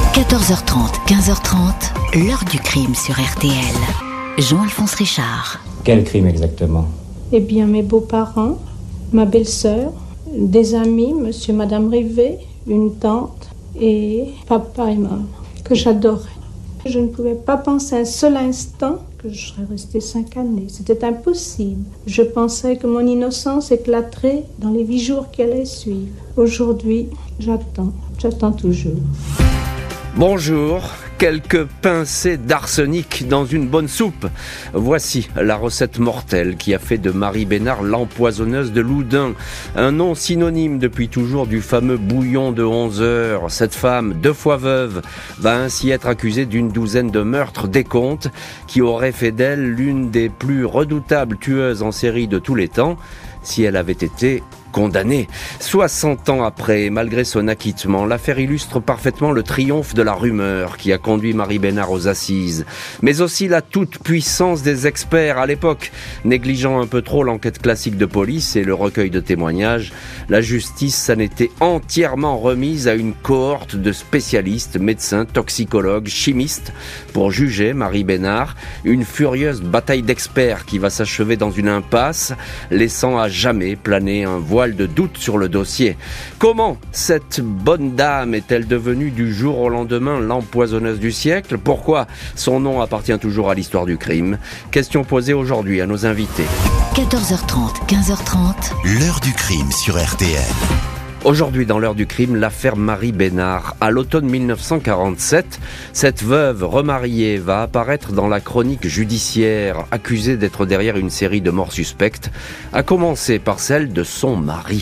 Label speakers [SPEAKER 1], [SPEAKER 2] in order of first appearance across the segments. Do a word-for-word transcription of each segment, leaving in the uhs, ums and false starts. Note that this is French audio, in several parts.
[SPEAKER 1] quatorze heures trente, quinze heures trente, l'heure du crime sur R T L. Jean-Alphonse Richard.
[SPEAKER 2] Quel crime exactement?
[SPEAKER 3] Eh bien, mes beaux-parents, ma belle-sœur, des amis, monsieur et madame Rivet, une tante et papa et maman, que j'adorais. Je ne pouvais pas penser un seul instant que je serais restée cinq années. C'était impossible. Je pensais que mon innocence éclaterait dans les huit jours qui allaient suivre. Aujourd'hui, j'attends. J'attends toujours.
[SPEAKER 4] Bonjour, quelques pincées d'arsenic dans une bonne soupe. Voici la recette mortelle qui a fait de Marie Bénard l'empoisonneuse de Loudun. Un nom synonyme depuis toujours du fameux bouillon de onze heures. Cette femme, deux fois veuve, va ainsi être accusée d'une douzaine de meurtres décomptes qui auraient fait d'elle l'une des plus redoutables tueuses en série de tous les temps si elle avait été condamnée. soixante ans après, malgré son acquittement, l'affaire illustre parfaitement le triomphe de la rumeur qui a conduit Marie Bénard aux assises, mais aussi la toute-puissance des experts à l'époque. Négligeant un peu trop l'enquête classique de police et le recueil de témoignages, la justice s'en était entièrement remise à une cohorte de spécialistes, médecins, toxicologues, chimistes, pour juger Marie Bénard. Une furieuse bataille d'experts qui va s'achever dans une impasse, laissant à jamais planer un voile de doute sur le dossier. Comment cette bonne dame est-elle devenue du jour au lendemain l'empoisonneuse du siècle? Pourquoi son nom appartient toujours à l'histoire du crime? Question posée aujourd'hui à nos invités.
[SPEAKER 1] quatorze heures trente, quinze heures trente.
[SPEAKER 5] L'heure du crime sur R T L.
[SPEAKER 4] Aujourd'hui, dans l'heure du crime, l'affaire Marie Bénard. À l'automne mille neuf cent quarante-sept, cette veuve remariée va apparaître dans la chronique judiciaire, accusée d'être derrière une série de morts suspectes, à commencer par celle de son mari.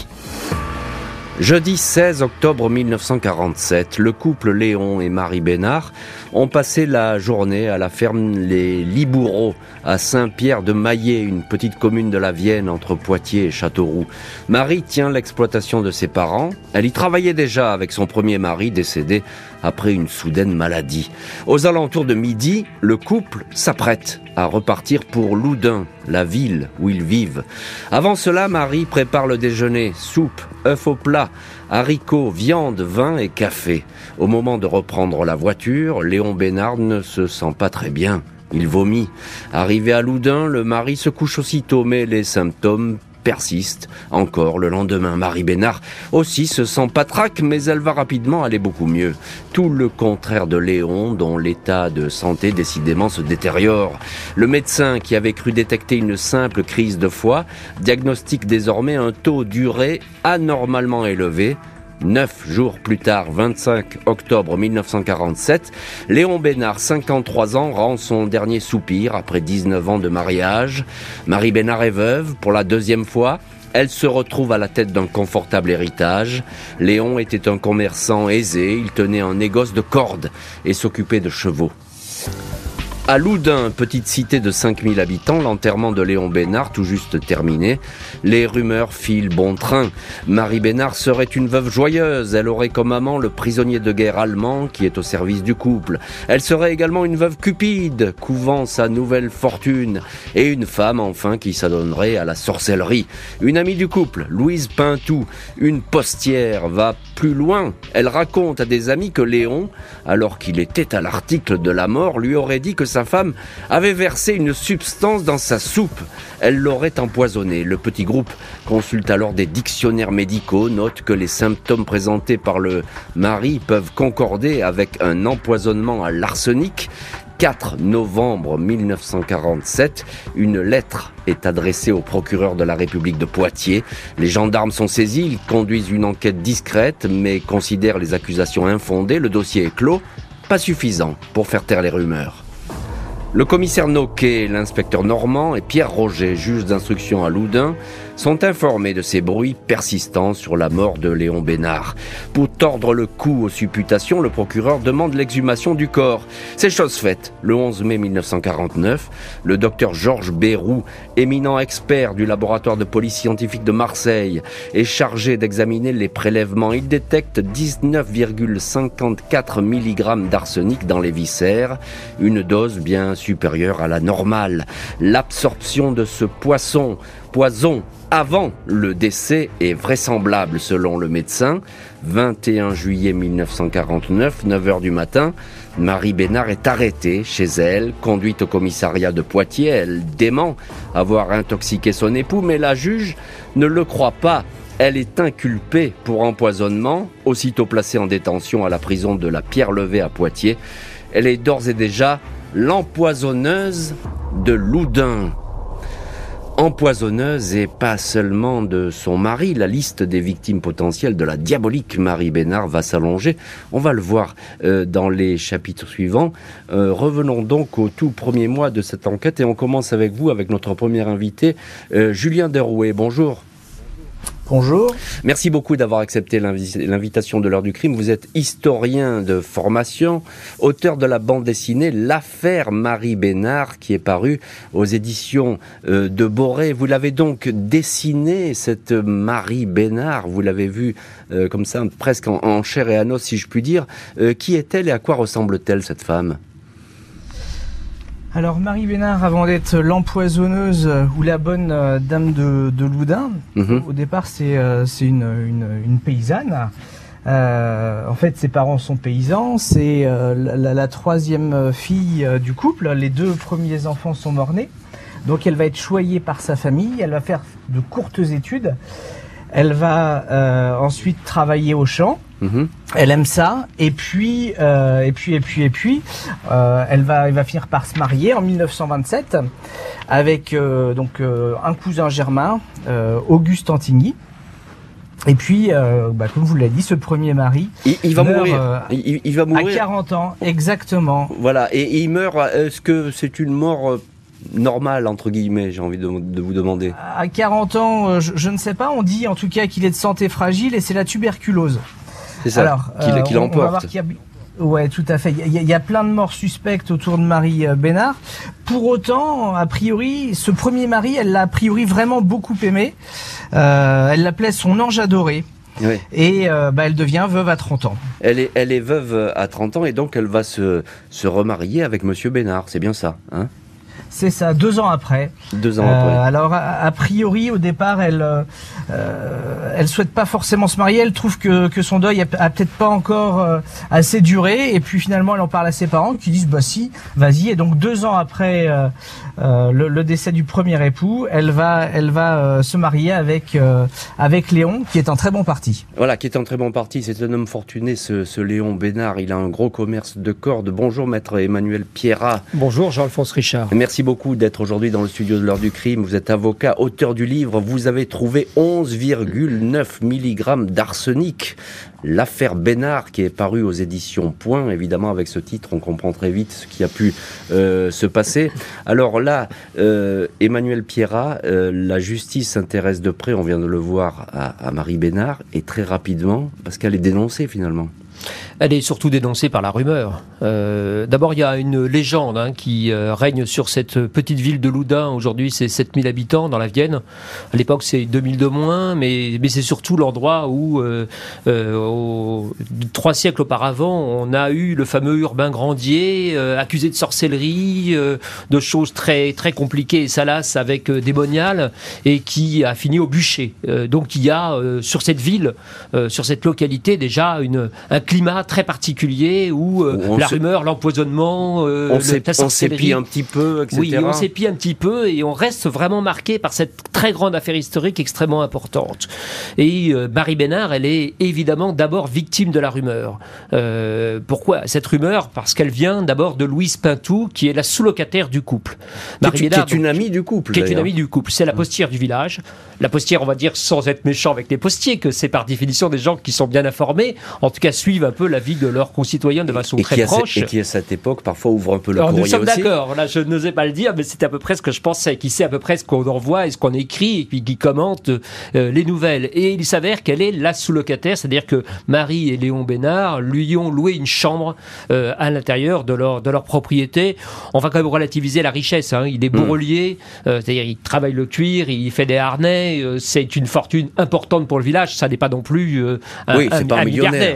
[SPEAKER 4] Jeudi seize octobre mille neuf cent quarante-sept, le couple Léon et Marie Bénard ont passé la journée à la ferme Les Liboureaux, à Saint-Pierre-de-Maillé, une petite commune de la Vienne entre Poitiers et Châteauroux. Marie tient l'exploitation de ses parents. Elle y travaillait déjà avec son premier mari décédé après une soudaine maladie. Aux alentours de midi, le couple s'apprête à repartir pour Loudun, la ville où ils vivent. Avant cela, Marie prépare le déjeuner, soupe, œufs au plat, haricots, viande, vin et café. Au moment de reprendre la voiture, Léon Bénard ne se sent pas très bien. Il vomit. Arrivé à Loudun, le mari se couche aussitôt, mais les symptômes persiste. Encore le lendemain, Marie Bénard aussi se sent patraque, mais elle va rapidement aller beaucoup mieux. Tout le contraire de Léon, dont l'état de santé décidément se détériore. Le médecin, qui avait cru détecter une simple crise de foie, diagnostique désormais un taux d'urée anormalement élevé. Neuf jours plus tard, vingt-cinq octobre mille neuf cent quarante-sept, Léon Bénard, cinquante-trois ans, rend son dernier soupir après dix-neuf ans de mariage. Marie Bénard est veuve pour la deuxième fois. Elle se retrouve à la tête d'un confortable héritage. Léon était un commerçant aisé, il tenait un négoce de cordes et s'occupait de chevaux. À Loudun, petite cité de cinq mille habitants, l'enterrement de Léon Bénard tout juste terminé. Les rumeurs filent bon train. Marie Bénard serait une veuve joyeuse. Elle aurait comme amant le prisonnier de guerre allemand qui est au service du couple. Elle serait également une veuve cupide, couvant sa nouvelle fortune. Et une femme, enfin, qui s'adonnerait à la sorcellerie. Une amie du couple, Louise Pintou, une postière, va plus loin. Elle raconte à des amis que Léon, alors qu'il était à l'article de la mort, lui aurait dit que sa femme avait versé une substance dans sa soupe. Elle l'aurait empoisonné. Le petit groupe consulte alors des dictionnaires médicaux, note que les symptômes présentés par le mari peuvent concorder avec un empoisonnement à l'arsenic. quatre novembre mille neuf cent quarante-sept, une lettre est adressée au procureur de la République de Poitiers. Les gendarmes sont saisis, ils conduisent une enquête discrète, mais considèrent les accusations infondées. Le dossier est clos, pas suffisant pour faire taire les rumeurs. Le commissaire Noquet, l'inspecteur Normand et Pierre Roger, juge d'instruction à Loudun, sont informés de ces bruits persistants sur la mort de Léon Bénard. Pour tordre le cou aux supputations, le procureur demande l'exhumation du corps. C'est chose faite. Le onze mai mille neuf cent quarante-neuf, le docteur Georges Bérou, éminent expert du laboratoire de police scientifique de Marseille, est chargé d'examiner les prélèvements. Il détecte dix-neuf virgule cinquante-quatre milligrammes d'arsenic dans les viscères, une dose bien supérieure à la normale. L'absorption de ce poisson poison avant le décès est vraisemblable selon le médecin. vingt et un juillet mille neuf cent quarante-neuf, neuf heures du matin, Marie Bénard est arrêtée chez elle, conduite au commissariat de Poitiers. Elle dément avoir intoxiqué son époux, mais la juge ne le croit pas. Elle est inculpée pour empoisonnement, aussitôt placée en détention à la prison de la Pierre-Levée à Poitiers. Elle est d'ores et déjà l'empoisonneuse de Loudun. Empoisonneuse et pas seulement de son mari, la liste des victimes potentielles de la diabolique Marie Bénard va s'allonger. On va le voir euh, dans les chapitres suivants. Euh, revenons donc au tout premier mois de cette enquête et on commence avec vous, avec notre premier invité, euh, Julien Derouet. Bonjour.
[SPEAKER 2] Bonjour.
[SPEAKER 4] Merci beaucoup d'avoir accepté l'invi- l'invitation de l'heure du crime. Vous êtes historien de formation, auteur de la bande dessinée L'affaire Marie Bénard, qui est parue aux éditions euh, de Boré. Vous l'avez donc dessinée, cette Marie Bénard. Vous l'avez vue euh, comme ça, presque en, en chair et en os, si je puis dire. Euh, qui est-elle et à quoi ressemble-t-elle, cette femme ?
[SPEAKER 2] Alors Marie Bénard, avant d'être l'empoisonneuse ou la bonne euh, dame de, de Loudun, mmh. au départ c'est, euh, c'est une, une, une paysanne. Euh, en fait, ses parents sont paysans, c'est euh, la, la troisième fille euh, du couple. Les deux premiers enfants sont morts-nés, donc elle va être choyée par sa famille. Elle va faire de courtes études. Elle va euh, ensuite travailler au champ. Mmh. Elle aime ça, et puis, euh, et puis, et puis, et puis, euh, elle va, elle va finir par se marier en mille neuf cent vingt-sept avec euh, donc euh, un cousin germain, euh, Auguste Antigny. Et puis, euh, bah, comme vous l'avez dit, ce premier mari,
[SPEAKER 4] il, il va
[SPEAKER 2] meurt,
[SPEAKER 4] mourir.
[SPEAKER 2] Euh,
[SPEAKER 4] il, il va mourir
[SPEAKER 2] à quarante ans, exactement.
[SPEAKER 4] Voilà, et, et il meurt. Est-ce que c'est une mort euh, normale, entre guillemets, j'ai envie de, de vous demander?
[SPEAKER 2] À quarante ans, je, je ne sais pas. On dit en tout cas qu'il est de santé fragile et c'est la tuberculose.
[SPEAKER 4] C'est ça,
[SPEAKER 2] Alors,
[SPEAKER 4] qui,
[SPEAKER 2] euh,
[SPEAKER 4] qui l'emporte.
[SPEAKER 2] On va voir qu'il y a... Ouais, tout à fait. Il y, a, il y a plein de morts suspectes autour de Marie Bénard. Pour autant, a priori, ce premier mari, elle l'a a priori vraiment beaucoup aimé. Euh, elle l'appelait son ange adoré. Oui. Et euh, bah, elle devient veuve à trente ans.
[SPEAKER 4] Elle est, elle est veuve à trente ans et donc elle va se, se remarier avec Monsieur Bénard, c'est bien ça, hein?
[SPEAKER 2] C'est ça, deux ans après.
[SPEAKER 4] Deux ans après.
[SPEAKER 2] Euh, alors, a, a priori, au départ, elle, euh, elle souhaite pas forcément se marier. Elle trouve que, que son deuil a, a peut-être pas encore euh, assez duré. Et puis finalement, elle en parle à ses parents qui disent bah si, vas-y. Et donc deux ans après euh, euh, le, le décès du premier époux, elle va, elle va euh, se marier avec euh, avec Léon, qui est un très bon parti.
[SPEAKER 4] Voilà, qui est un très bon parti. C'est un homme fortuné, ce, ce Léon Bénard. Il a un gros commerce de cordes. Bonjour, maître Emmanuel Pierrat.
[SPEAKER 6] Bonjour, Jean-Alphonse Richard.
[SPEAKER 4] Merci beaucoup d'être aujourd'hui dans le studio de l'heure du crime. Vous êtes avocat, auteur du livre. Vous avez trouvé onze virgule neuf milligrammes d'arsenic. L'affaire Bénard, qui est parue aux éditions Point. Évidemment, avec ce titre, on comprend très vite ce qui a pu euh, se passer. Alors là, euh, Emmanuel Pierrat, euh, la justice s'intéresse de près, on vient de le voir, à, à Marie Bénard, et très rapidement, parce qu'elle est dénoncée finalement.
[SPEAKER 6] Elle est surtout dénoncée par la rumeur. Euh, d'abord, il y a une légende hein, qui euh, règne sur cette petite ville de Loudun. Aujourd'hui, c'est sept mille habitants dans la Vienne. À l'époque, c'est deux mille de moins, mais, mais c'est surtout l'endroit où, euh, euh, au, trois siècles auparavant, on a eu le fameux Urbain Grandier, euh, accusé de sorcellerie, euh, de choses très, très compliquées et salaces avec euh, démoniales, et qui a fini au bûcher. Euh, donc, il y a euh, sur cette ville, euh, sur cette localité, déjà une, un climat très particulier où, euh, où la se... rumeur, l'empoisonnement, euh,
[SPEAKER 4] on,
[SPEAKER 6] le,
[SPEAKER 4] on s'épie un petit peu, et cetera.
[SPEAKER 6] Oui, on s'épie un petit peu et on reste vraiment marqué par cette très grande affaire historique extrêmement importante. Et euh, Marie Bénard, elle est évidemment d'abord victime de la rumeur. Euh, pourquoi cette rumeur? Parce qu'elle vient d'abord de Louise Pintou, qui est la sous-locataire du couple.
[SPEAKER 4] Marie Bénard, qui est une amie du couple.
[SPEAKER 6] Qui est une amie du couple. C'est la postière du village. La postière, on va dire, sans être méchant avec les postiers, que c'est par définition des gens qui sont bien informés, en tout cas suivent un peu la vie de leurs concitoyens de façon
[SPEAKER 4] et
[SPEAKER 6] très proche.
[SPEAKER 4] Cette, et qui à cette époque parfois ouvre un peu le
[SPEAKER 6] Alors,
[SPEAKER 4] courrier
[SPEAKER 6] nous sommes
[SPEAKER 4] aussi.
[SPEAKER 6] d'accord, là je n'osais pas le dire, mais c'est à peu près ce que je pensais, qui sait à peu près ce qu'on envoie et ce qu'on écrit, et puis qui commente euh, les nouvelles. Et il s'avère qu'elle est la sous-locataire, c'est-à-dire que Marie et Léon Bénard lui ont loué une chambre euh, à l'intérieur de leur, de leur propriété. On va quand même relativiser la richesse, hein. Il est bourrelier, mmh. euh, c'est-à-dire il travaille le cuir, il fait des harnais, euh, c'est une fortune importante pour le village, ça n'est pas non plus euh, un,
[SPEAKER 4] oui,
[SPEAKER 6] un,
[SPEAKER 4] pas un,
[SPEAKER 6] un
[SPEAKER 4] millionnaire,
[SPEAKER 6] milliardaire, hein. Il faut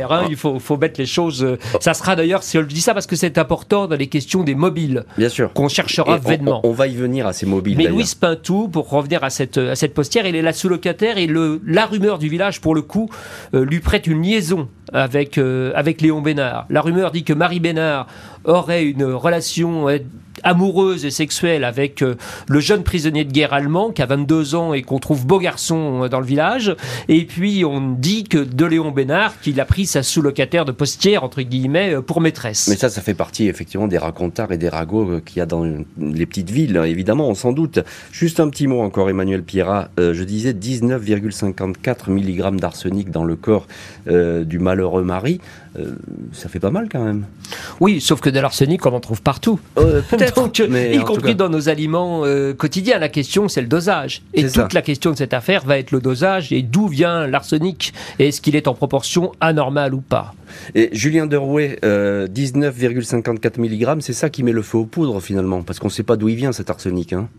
[SPEAKER 6] faut, faut mettre les choses... Euh, ça sera d'ailleurs, si je dis ça parce que c'est important dans les questions des mobiles.
[SPEAKER 4] Bien sûr.
[SPEAKER 6] Qu'on cherchera
[SPEAKER 4] Et
[SPEAKER 6] vainement.
[SPEAKER 4] On, on va y venir à ces mobiles.
[SPEAKER 6] Mais
[SPEAKER 4] d'ailleurs.
[SPEAKER 6] Louise Pintou, pour revenir à cette, à cette postière, il est là sous-locataire et le, la rumeur du village, pour le coup, euh, lui prête une liaison avec, euh, avec Léon Bénard. La rumeur dit que Marie Bénard aurait une relation euh, amoureuse et sexuelle avec euh, le jeune prisonnier de guerre allemand qui a vingt-deux ans et qu'on trouve beau garçon euh, dans le village. Et puis on dit que de Léon Bénard qu'il a pris sa sous-locataire de postière, entre guillemets, euh, pour maîtresse.
[SPEAKER 4] Mais ça, ça fait partie effectivement des racontards et des ragots qu'il y a dans les petites villes, hein, évidemment, on s'en doute. Juste un petit mot encore, Emmanuel Pierrat. Euh, je disais dix-neuf virgule cinquante-quatre milligrammes d'arsenic dans le corps euh, du malheureux mari. Euh, ça fait pas mal quand même.
[SPEAKER 6] Oui, sauf que de l'arsenic, on en trouve partout.
[SPEAKER 4] Euh, peut-être,
[SPEAKER 6] Donc,
[SPEAKER 4] mais
[SPEAKER 6] y
[SPEAKER 4] en
[SPEAKER 6] compris
[SPEAKER 4] tout cas...
[SPEAKER 6] dans nos aliments euh, quotidiens. La question, c'est le dosage. Et
[SPEAKER 4] C'est
[SPEAKER 6] toute
[SPEAKER 4] ça.
[SPEAKER 6] la question de cette affaire va être le dosage et d'où vient l'arsenic. Et est-ce qu'il est en proportion anormale ou pas?
[SPEAKER 4] Et Julien Derouet, euh, dix-neuf virgule cinquante-quatre milligrammes, c'est ça qui met le feu aux poudres finalement, parce qu'on ne sait pas d'où il vient cet arsenic. Hein.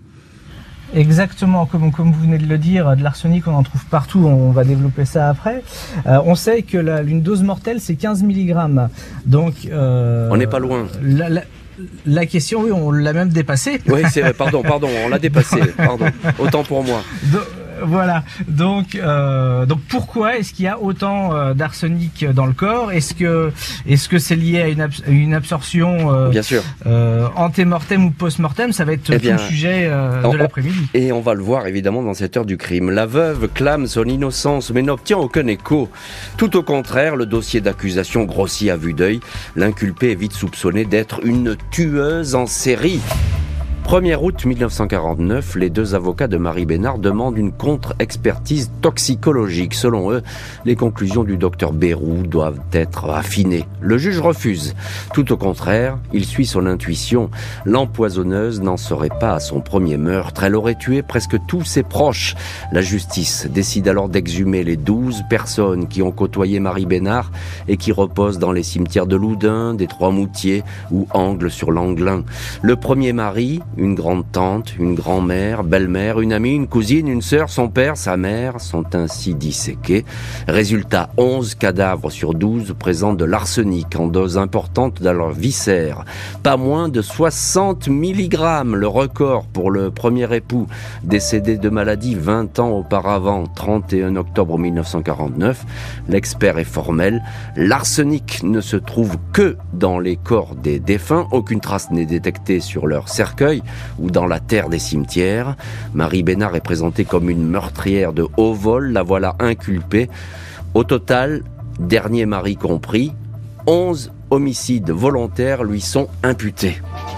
[SPEAKER 2] Exactement, comme, comme vous venez de le dire, de l'arsenic on en trouve partout, on va développer ça après. Euh, on sait que la, une dose mortelle c'est quinze milligrammes. Donc, euh,
[SPEAKER 4] On n'est pas loin.
[SPEAKER 2] La, la, la question, oui, on l'a même dépassé.
[SPEAKER 4] Oui, c'est vrai, pardon, pardon, on l'a dépassé, pardon, autant pour moi.
[SPEAKER 2] Donc, voilà, donc, euh, donc pourquoi est-ce qu'il y a autant euh, d'arsenic dans le corps? Est-ce que est-ce que c'est lié à une, abs- une absorption euh,
[SPEAKER 4] Bien sûr.
[SPEAKER 2] euh, ante-mortem ou post-mortem? Ça va être
[SPEAKER 4] Eh
[SPEAKER 2] tout
[SPEAKER 4] bien,
[SPEAKER 2] le sujet euh,
[SPEAKER 4] on-
[SPEAKER 2] de l'après-midi.
[SPEAKER 4] Et on va le voir évidemment dans cette heure du crime. La veuve clame son innocence mais n'obtient aucun écho. Tout au contraire, le dossier d'accusation grossit à vue d'œil. L'inculpé est vite soupçonné d'être une tueuse en série. premier août mille neuf cent quarante-neuf, les deux avocats de Marie Bénard demandent une contre-expertise toxicologique. Selon eux, les conclusions du docteur Bérou doivent être affinées. Le juge refuse. Tout au contraire, il suit son intuition. L'empoisonneuse n'en serait pas à son premier meurtre. Elle aurait tué presque tous ses proches. La justice décide alors d'exhumer les douze personnes qui ont côtoyé Marie Bénard et qui reposent dans les cimetières de Loudun, des Trois-Moutiers ou Angle sur l'Anglin. Le premier mari, une grande-tante, une grand-mère, belle-mère, une amie, une cousine, une sœur, son père, sa mère sont ainsi disséqués. Résultat, onze cadavres sur douze présentent de l'arsenic en dose importante dans leurs viscères. Pas moins de soixante milligrammes, le record pour le premier époux, décédé de maladie vingt ans auparavant, trente et un octobre mille neuf cent quarante-neuf. L'expert est formel, l'arsenic ne se trouve que dans les corps des défunts, aucune trace n'est détectée sur leur cercueil ou dans la terre des cimetières. Marie Bénard est présentée comme une meurtrière de haut vol, la voilà inculpée. Au total, dernier mari compris, onze homicides volontaires lui sont imputés.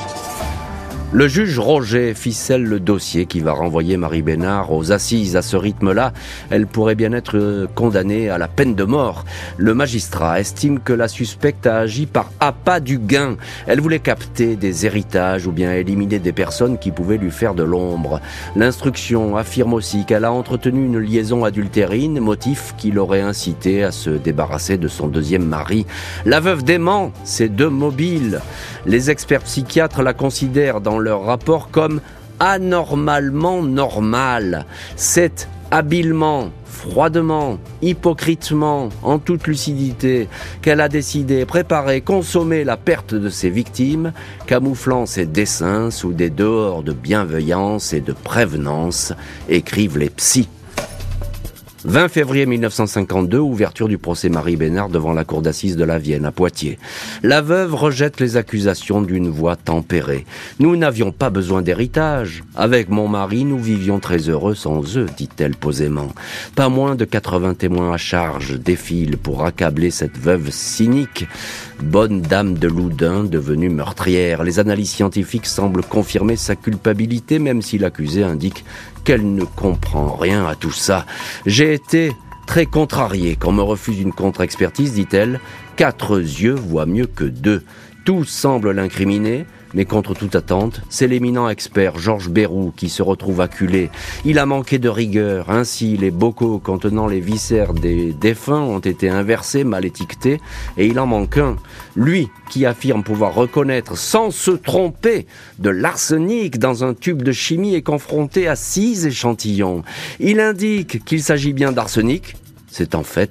[SPEAKER 4] Le juge Roger ficelle le dossier qui va renvoyer Marie Bénard aux assises. À ce rythme-là, elle pourrait bien être condamnée à la peine de mort. Le magistrat estime que la suspecte a agi par appât du gain. Elle voulait capter des héritages ou bien éliminer des personnes qui pouvaient lui faire de l'ombre. L'instruction affirme aussi qu'elle a entretenu une liaison adultérine, motif qui l'aurait incité à se débarrasser de son deuxième mari. La veuve dément ces deux mobiles. Les experts psychiatres la considèrent dans leur rapport comme anormalement normale. C'est habilement, froidement, hypocritement, en toute lucidité, qu'elle a décidé, préparé, consommer la perte de ses victimes, camouflant ses desseins sous des dehors de bienveillance et de prévenance, écrivent les psys. vingt février mille neuf cent cinquante-deux, ouverture du procès Marie Bénard devant la cour d'assises de la Vienne, à Poitiers. La veuve rejette les accusations d'une voix tempérée. « Nous n'avions pas besoin d'héritage. Avec mon mari, nous vivions très heureux sans eux, dit-elle posément. Pas moins de quatre-vingts témoins à charge défilent pour accabler cette veuve cynique. Bonne dame de Loudun, devenue meurtrière. Les analyses scientifiques semblent confirmer sa culpabilité, même si l'accusée indique qu'elle ne comprend rien à tout ça. J'ai été très contrariée qu'on me refuse une contre-expertise, dit-elle. Quatre yeux voient mieux que deux. Tout semble l'incriminer, mais contre toute attente, c'est l'éminent expert Georges Bérou qui se retrouve acculé. Il a manqué de rigueur. Ainsi, les bocaux contenant les viscères des défunts ont été inversés, mal étiquetés, et il en manque un. Lui, qui affirme pouvoir reconnaître sans se tromper de l'arsenic dans un tube de chimie, est confronté à six échantillons. Il indique qu'il s'agit bien d'arsenic. C'est en fait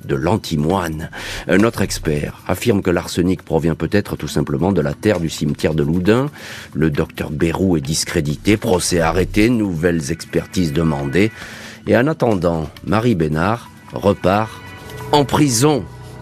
[SPEAKER 4] de l'antimoine. Notre expert affirme que l'arsenic provient peut-être tout simplement de la terre du cimetière de Loudun. Le docteur Bérou est discrédité, procès arrêté, nouvelles expertises demandées. Et en attendant, Marie Bénard repart en prison.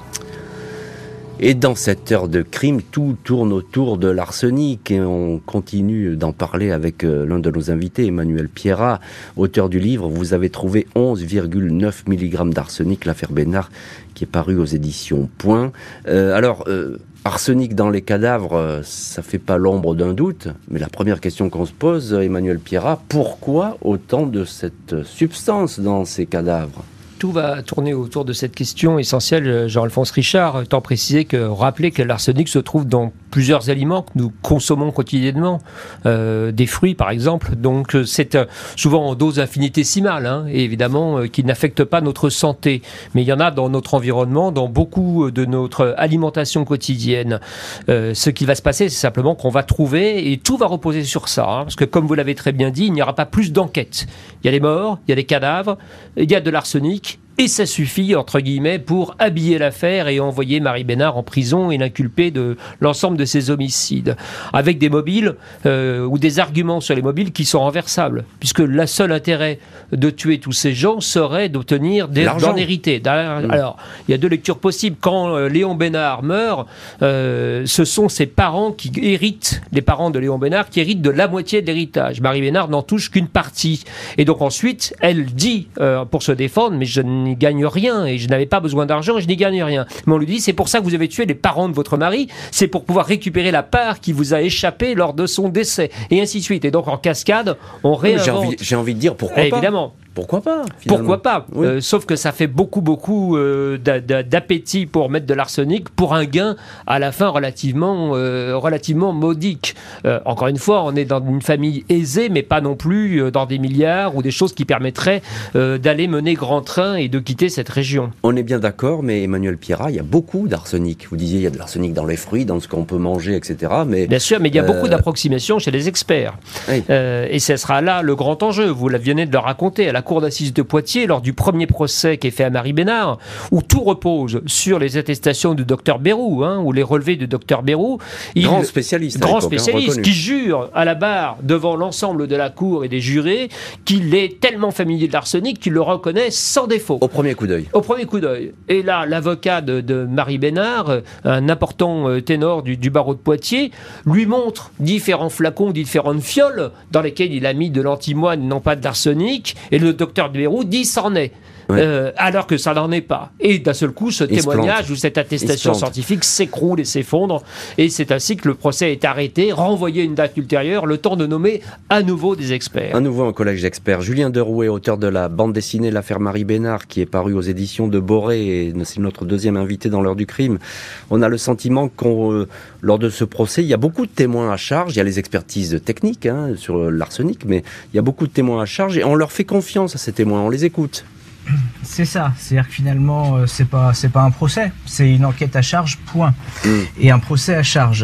[SPEAKER 4] Et dans cette heure de crime, tout tourne autour de l'arsenic et on continue d'en parler avec l'un de nos invités, Emmanuel Pierrat, auteur du livre. Vous avez trouvé onze virgule neuf milligrammes d'arsenic, l'affaire Bénard, qui est paru aux éditions Point. Euh, alors, euh, arsenic dans les cadavres, ça fait pas l'ombre d'un doute, mais la première question qu'on se pose, Emmanuel Pierrat, pourquoi autant de cette substance dans ces cadavres ?
[SPEAKER 6] Tout va tourner autour de cette question essentielle, Jean-Alphonse Richard, étant précisé que, rappeler que l'arsenic se trouve dans plusieurs aliments que nous consommons quotidiennement, euh, des fruits par exemple, donc c'est souvent en dose infinitésimale, hein, et évidemment euh, qui n'affecte pas notre santé, mais il y en a dans notre environnement, dans beaucoup de notre alimentation quotidienne. Euh, ce qui va se passer, c'est simplement qu'on va trouver, et tout va reposer sur ça, hein, parce que comme vous l'avez très bien dit, il n'y aura pas plus d'enquête. Il y a des morts, il y a des cadavres, il y a de l'arsenic, et ça suffit, entre guillemets, pour habiller l'affaire et envoyer Marie Bénard en prison et l'inculper de l'ensemble de ses homicides. Avec des mobiles, euh, ou des arguments sur les mobiles qui sont renversables. Puisque le seul intérêt de tuer tous ces gens serait d'obtenir des, d'en hériter. Mmh. Alors, il y a deux lectures possibles. Quand euh, Léon Bénard meurt, euh, ce sont ses parents qui héritent, les parents de Léon Bénard, qui héritent de la moitié de l'héritage. Marie Bénard n'en touche qu'une partie. Et donc ensuite, elle dit, euh, pour se défendre, mais je n'y gagne rien et je n'avais pas besoin d'argent et je n'y gagne rien. Mais on lui dit, c'est pour ça que vous avez tué les parents de votre mari, c'est pour pouvoir récupérer la part qui vous a échappé lors de son décès, et ainsi de suite. Et donc en cascade, on réinvente.
[SPEAKER 4] J'ai envie, j'ai envie de dire pourquoi
[SPEAKER 6] et
[SPEAKER 4] pas.
[SPEAKER 6] Évidemment.
[SPEAKER 4] Pourquoi pas
[SPEAKER 6] finalement. Pourquoi pas
[SPEAKER 4] oui.
[SPEAKER 6] euh, Sauf que ça fait beaucoup, beaucoup euh, d'a, d'a, d'appétit pour mettre de l'arsenic pour un gain à la fin relativement, euh, relativement modique. Euh, encore une fois, on est dans une famille aisée, mais pas non plus euh, dans des milliards ou des choses qui permettraient euh, d'aller mener grand train et de quitter cette région.
[SPEAKER 4] On est bien d'accord, mais Emmanuel Pierrat, il y a beaucoup d'arsenic. Vous disiez, il y a de l'arsenic dans les fruits, dans ce qu'on peut manger, et cetera. Mais,
[SPEAKER 6] bien sûr, mais il y a
[SPEAKER 4] euh...
[SPEAKER 6] beaucoup d'approximations chez les experts. Oui. Euh, et ce sera là le grand enjeu. Vous venez de le raconter à la cour d'assises de Poitiers, lors du premier procès qui est fait à Marie Bénard, où tout repose sur les attestations du docteur Bérou, hein, ou les relevés du docteur Bérou.
[SPEAKER 4] Grand il, spécialiste.
[SPEAKER 6] Grand spécialiste, hein, qui jure à la barre devant l'ensemble de la cour et des jurés qu'il est tellement familier de l'arsenic qu'il le reconnaît sans défaut.
[SPEAKER 4] Au premier coup d'œil.
[SPEAKER 6] Au premier coup d'œil. Et là, l'avocat de, de Marie Bénard, un important ténor du, du barreau de Poitiers, lui montre différents flacons, différentes fioles dans lesquelles il a mis de l'antimoine, non pas de l'arsenic, et le docteur Bérou dit c'en est. Ouais. Euh, alors que ça n'en est pas. Et d'un seul coup, ce il témoignage ou cette attestation scientifique s'écroule et s'effondre. Et c'est ainsi que le procès est arrêté, renvoyé à une date ultérieure, le temps de nommer à nouveau des experts.
[SPEAKER 4] À nouveau un collège d'experts. Julien Derouet, auteur de la bande dessinée L'affaire Marie Bénard, qui est parue aux éditions de Boré, et c'est notre deuxième invité dans l'heure du crime. On a le sentiment qu'on, euh, lors de ce procès, il y a beaucoup de témoins à charge. Il y a les expertises techniques hein, sur l'arsenic, mais il y a beaucoup de témoins à charge et on leur fait confiance à ces témoins, on les écoute.
[SPEAKER 2] C'est ça, c'est-à-dire que finalement, euh, c'est pas, c'est pas un procès, c'est une enquête à charge, point. Mmh. Et un procès à charge.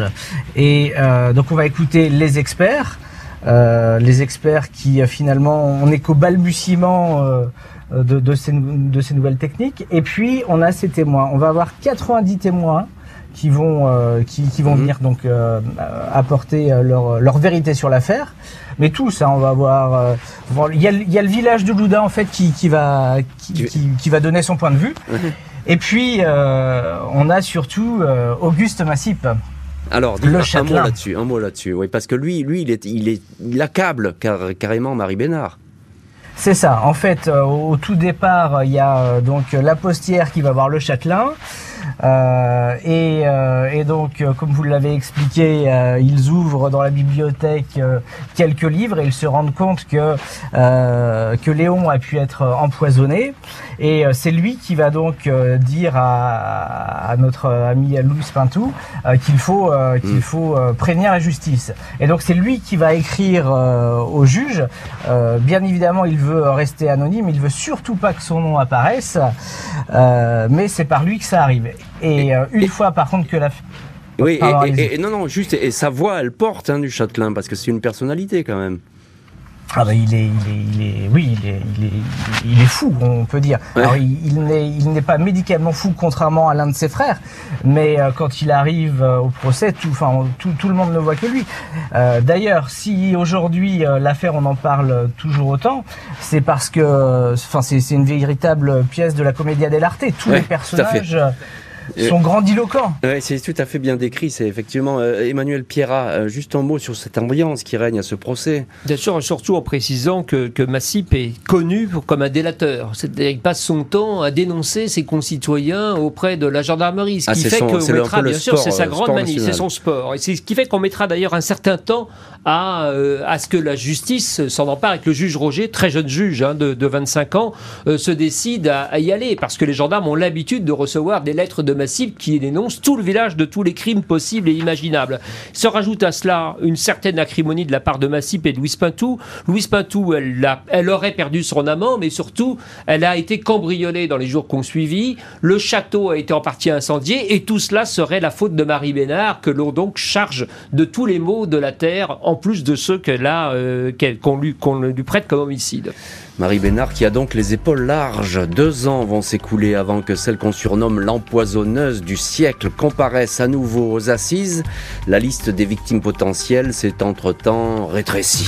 [SPEAKER 2] Et euh, donc on va écouter les experts, euh, les experts qui euh, finalement, on n'est qu'au balbutiement euh, de, de, ces, de ces nouvelles techniques. Et puis on a ces témoins, on va avoir quatre-vingt-dix témoins qui vont, euh, qui, qui vont mmh. venir donc euh, apporter leur, leur vérité sur l'affaire. Mais tous, hein, on va voir. Euh, il y a, il y a le village de Loudun en fait qui, qui va, qui, qui, qui va donner son point de vue. Mmh. Et puis euh, on a surtout euh, Auguste Massip.
[SPEAKER 4] Alors, dis, un, un mot là-dessus, un mot là-dessus. Oui, parce que lui, lui, il est, il est, il accable car, carrément Marie Bénard.
[SPEAKER 2] C'est ça. En fait, euh, au tout départ, il y a euh, donc la postière qui va voir le châtelain. Euh, et, euh, et donc, euh, comme vous l'avez expliqué, euh, ils ouvrent dans la bibliothèque euh, quelques livres et ils se rendent compte que euh, que Léon a pu être empoisonné. Et euh, c'est lui qui va donc euh, dire à, à notre ami Louis Pintou euh, qu'il faut euh, qu'il faut euh, prévenir la justice. Et donc c'est lui qui va écrire euh, au juge. Euh, bien évidemment, il veut rester anonyme. Il veut surtout pas que son nom apparaisse. Euh, mais c'est par lui que ça arrive. Et, et euh, une et, fois par contre que la...
[SPEAKER 4] Oui, et, et, et non, non, juste, et sa voix, elle porte hein, du châtelain, parce que c'est une personnalité quand même.
[SPEAKER 2] Ah bah il est, il est, il est, oui, il est, il est, il est fou, on peut dire. Ouais. Alors il, il n'est, il n'est pas médicalement fou, contrairement à l'un de ses frères, mais euh, quand il arrive euh, au procès, tout, enfin, tout, tout le monde ne voit que lui. Euh, d'ailleurs, si aujourd'hui euh, l'affaire on en parle toujours autant, c'est parce que, enfin, c'est, c'est une véritable pièce de la commedia dell'arte. Tous ouais, les personnages sont grandiloquents.
[SPEAKER 4] Oui, c'est tout à fait bien décrit. C'est effectivement euh, Emmanuel Pierrat. Euh, juste un mot sur cette ambiance qui règne à ce procès.
[SPEAKER 6] Bien sûr, surtout en précisant que, que Massip est connu comme un délateur. C'est-à-dire qu'il passe son temps à dénoncer ses concitoyens auprès de la gendarmerie. Ce qui ah, fait son, qu'on mettra, bien sûr, sport, c'est sa grande manie, c'est son sport. Et c'est ce qui fait qu'on mettra d'ailleurs un certain temps à, euh, à ce que la justice s'en empare avec le juge Roger, très jeune juge hein, de, de vingt-cinq ans, euh, se décide à, à y aller. Parce que les gendarmes ont l'habitude de recevoir des lettres de Massip qui dénonce tout le village de tous les crimes possibles et imaginables. Se rajoute à cela une certaine acrimonie de la part de Massip et de Louise Pintou. Louise Pintou, elle, a, elle aurait perdu son amant, mais surtout, elle a été cambriolée dans les jours qu'on suivit. Le château a été en partie incendié et tout cela serait la faute de Marie Bénard que l'on donc charge de tous les maux de la terre, en plus de ceux qu'elle a, euh, qu'elle, qu'on, lui, qu'on lui prête comme homicide.
[SPEAKER 4] Marie Bénard qui a donc les épaules larges. Deux ans vont s'écouler avant que celle qu'on surnomme l'empoisonneuse du siècle comparaisse à nouveau aux assises. La liste des victimes potentielles s'est entre-temps rétrécie.